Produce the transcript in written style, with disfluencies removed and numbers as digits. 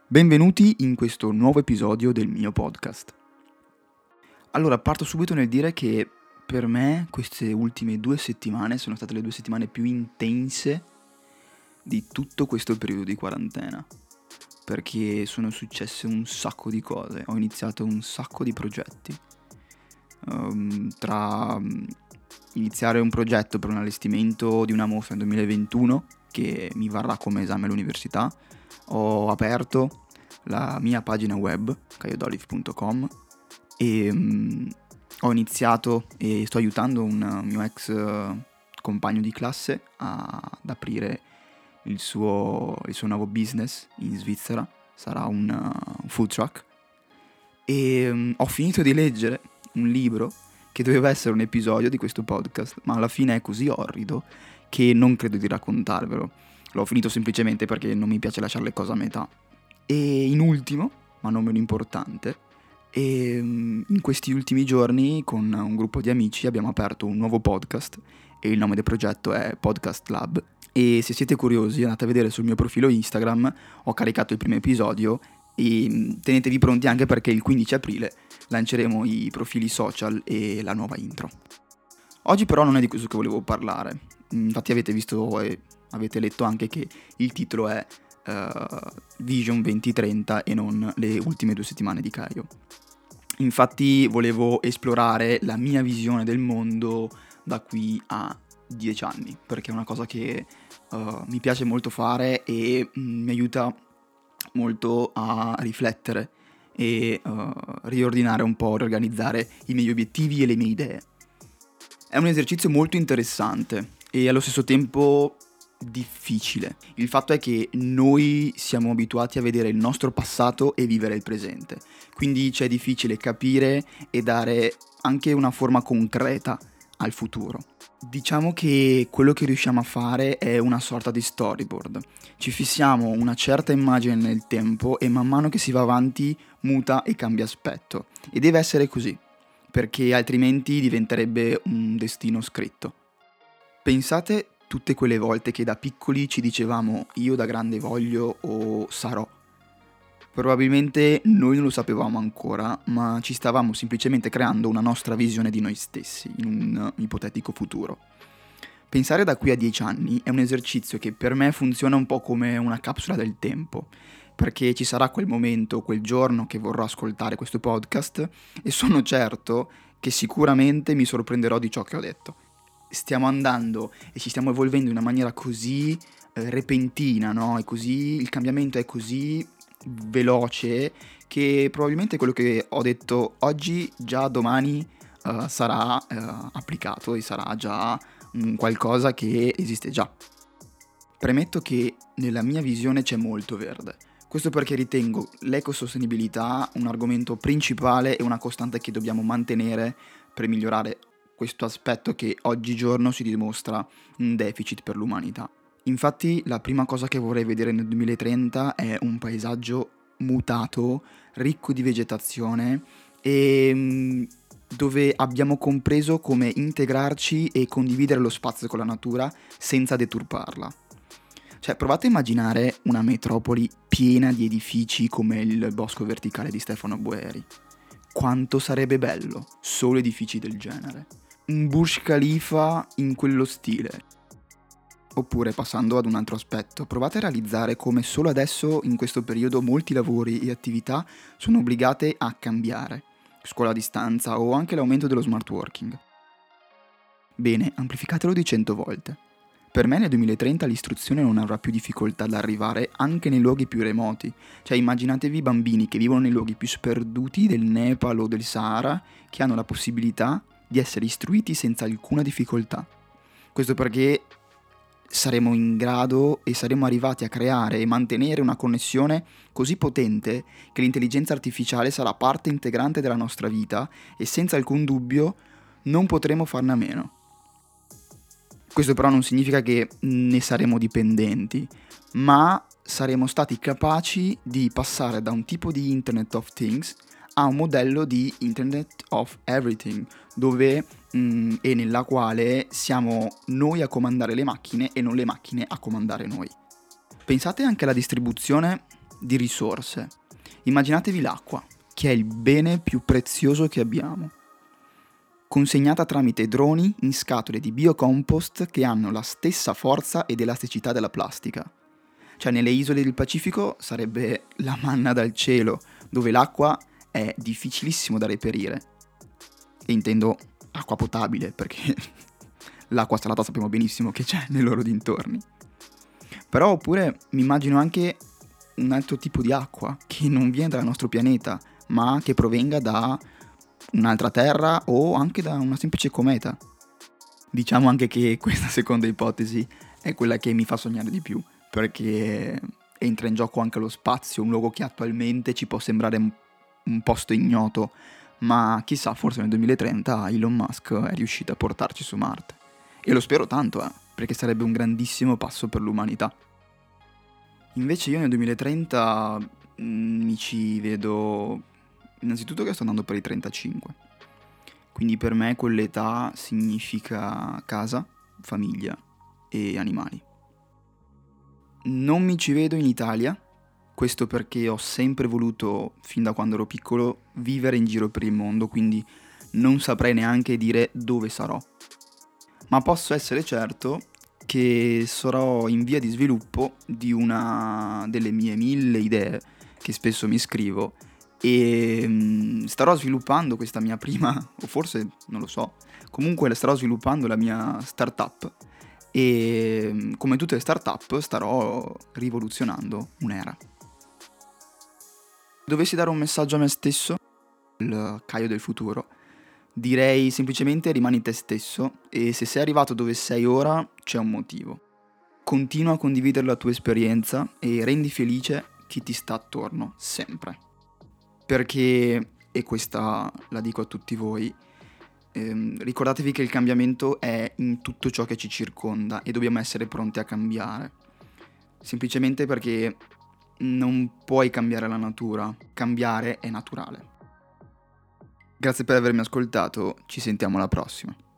Benvenuti in questo nuovo episodio del mio podcast. Allora, parto subito nel dire che per me queste ultime 2 settimane sono state le 2 settimane più intense di tutto questo periodo di quarantena, perché sono successe un sacco di cose, ho iniziato un sacco di progetti. Tra iniziare un progetto per un allestimento di una mostra nel 2021 che mi varrà come esame all'università, ho aperto la mia pagina web caiodolive.com e ho iniziato e sto aiutando un mio ex compagno di classe ad aprire il suo nuovo business in Svizzera. Sarà un food truck e ho finito di leggere un libro che doveva essere un episodio di questo podcast, ma alla fine è così orrido che non credo di raccontarvelo. L'ho finito semplicemente perché non mi piace lasciare le cose a metà. E in ultimo, ma non meno importante, in questi ultimi giorni con un gruppo di amici abbiamo aperto un nuovo podcast e il nome del progetto è Podcast Lab. E se siete curiosi andate a vedere sul mio profilo Instagram, ho caricato il primo episodio e tenetevi pronti anche perché il 15 aprile lanceremo i profili social e la nuova intro. Oggi però non è di questo che volevo parlare, infatti avete visto e avete letto anche che il titolo è Vision 2030 e non le ultime 2 settimane di Caio. Infatti volevo esplorare la mia visione del mondo da qui a 10 anni, perché è una cosa che mi piace molto fare e mi aiuta molto a riflettere e riordinare un po', riorganizzare i miei obiettivi e le mie idee. È un esercizio molto interessante e allo stesso tempo difficile. Il fatto è che noi siamo abituati a vedere il nostro passato e vivere il presente, quindi c'è difficile capire e dare anche una forma concreta al futuro. Diciamo che quello che riusciamo a fare è una sorta di storyboard. Ci fissiamo una certa immagine nel tempo e man mano che si va avanti muta e cambia aspetto. E deve essere così, perché altrimenti diventerebbe un destino scritto. Pensate tutte quelle volte che da piccoli ci dicevamo io da grande voglio o sarò. Probabilmente noi non lo sapevamo ancora, ma ci stavamo semplicemente creando una nostra visione di noi stessi in un ipotetico futuro. Pensare da qui a 10 anni è un esercizio che per me funziona un po' come una capsula del tempo, perché ci sarà quel momento, quel giorno che vorrò ascoltare questo podcast e sono certo che sicuramente mi sorprenderò di ciò che ho detto. Stiamo andando e ci stiamo evolvendo in una maniera così repentina, no? E così il cambiamento è così veloce che probabilmente quello che ho detto oggi già domani sarà applicato e sarà già qualcosa che esiste già. Premetto che nella mia visione c'è molto verde. Questo perché ritengo l'ecosostenibilità un argomento principale e una costante che dobbiamo mantenere per migliorare questo aspetto che oggigiorno si dimostra un deficit per l'umanità. Infatti la prima cosa che vorrei vedere nel 2030 è un paesaggio mutato, ricco di vegetazione e dove abbiamo compreso come integrarci e condividere lo spazio con la natura senza deturparla. Cioè, provate a immaginare una metropoli piena di edifici come il Bosco Verticale di Stefano Boeri. Quanto sarebbe bello solo edifici del genere. Un Burj Khalifa in quello stile. Oppure, passando ad un altro aspetto, provate a realizzare come solo adesso, in questo periodo, molti lavori e attività sono obbligate a cambiare. Scuola a distanza o anche l'aumento dello smart working. Bene, amplificatelo di 100 volte. Per me nel 2030 l'istruzione non avrà più difficoltà ad arrivare anche nei luoghi più remoti. Cioè immaginatevi bambini che vivono nei luoghi più sperduti del Nepal o del Sahara che hanno la possibilità di essere istruiti senza alcuna difficoltà. Questo perché saremo in grado e saremo arrivati a creare e mantenere una connessione così potente che l'intelligenza artificiale sarà parte integrante della nostra vita e senza alcun dubbio non potremo farne a meno. Questo però non significa che ne saremo dipendenti, ma saremo stati capaci di passare da un tipo di Internet of Things a un modello di Internet of Everything, dove e nella quale siamo noi a comandare le macchine e non le macchine a comandare noi. Pensate anche alla distribuzione di risorse. Immaginatevi l'acqua, che è il bene più prezioso che abbiamo, consegnata tramite droni in scatole di biocompost che hanno la stessa forza ed elasticità della plastica. Cioè, nelle isole del Pacifico sarebbe la manna dal cielo, dove l'acqua è difficilissimo da reperire. E intendo acqua potabile, perché l'acqua salata sappiamo benissimo che c'è nei loro dintorni. Però oppure mi immagino anche un altro tipo di acqua che non viene dal nostro pianeta, ma che provenga da un'altra terra o anche da una semplice cometa. Diciamo anche che questa seconda ipotesi è quella che mi fa sognare di più, perché entra in gioco anche lo spazio, un luogo che attualmente ci può sembrare un posto ignoto, ma chissà, forse nel 2030 Elon Musk è riuscito a portarci su Marte. E lo spero tanto, perché sarebbe un grandissimo passo per l'umanità. Invece io nel 2030 mi ci vedo innanzitutto che sto andando per i 35. Quindi per me quell'età significa casa, famiglia e animali. Non mi ci vedo in Italia, questo perché ho sempre voluto, fin da quando ero piccolo, vivere in giro per il mondo, quindi non saprei neanche dire dove sarò. Ma posso essere certo che sarò in via di sviluppo di una delle mie 1000 idee che spesso mi scrivo e starò sviluppando questa mia prima, o forse non lo so, comunque starò sviluppando la mia startup e come tutte le startup starò rivoluzionando un'era. Dovessi dare un messaggio a me stesso, il Caio del futuro, direi semplicemente rimani te stesso e se sei arrivato dove sei ora c'è un motivo. Continua a condividere la tua esperienza e rendi felice chi ti sta attorno, sempre. Perché, e questa la dico a tutti voi, ricordatevi che il cambiamento è in tutto ciò che ci circonda e dobbiamo essere pronti a cambiare. Semplicemente perché non puoi cambiare la natura, cambiare è naturale. Grazie per avermi ascoltato, ci sentiamo alla prossima.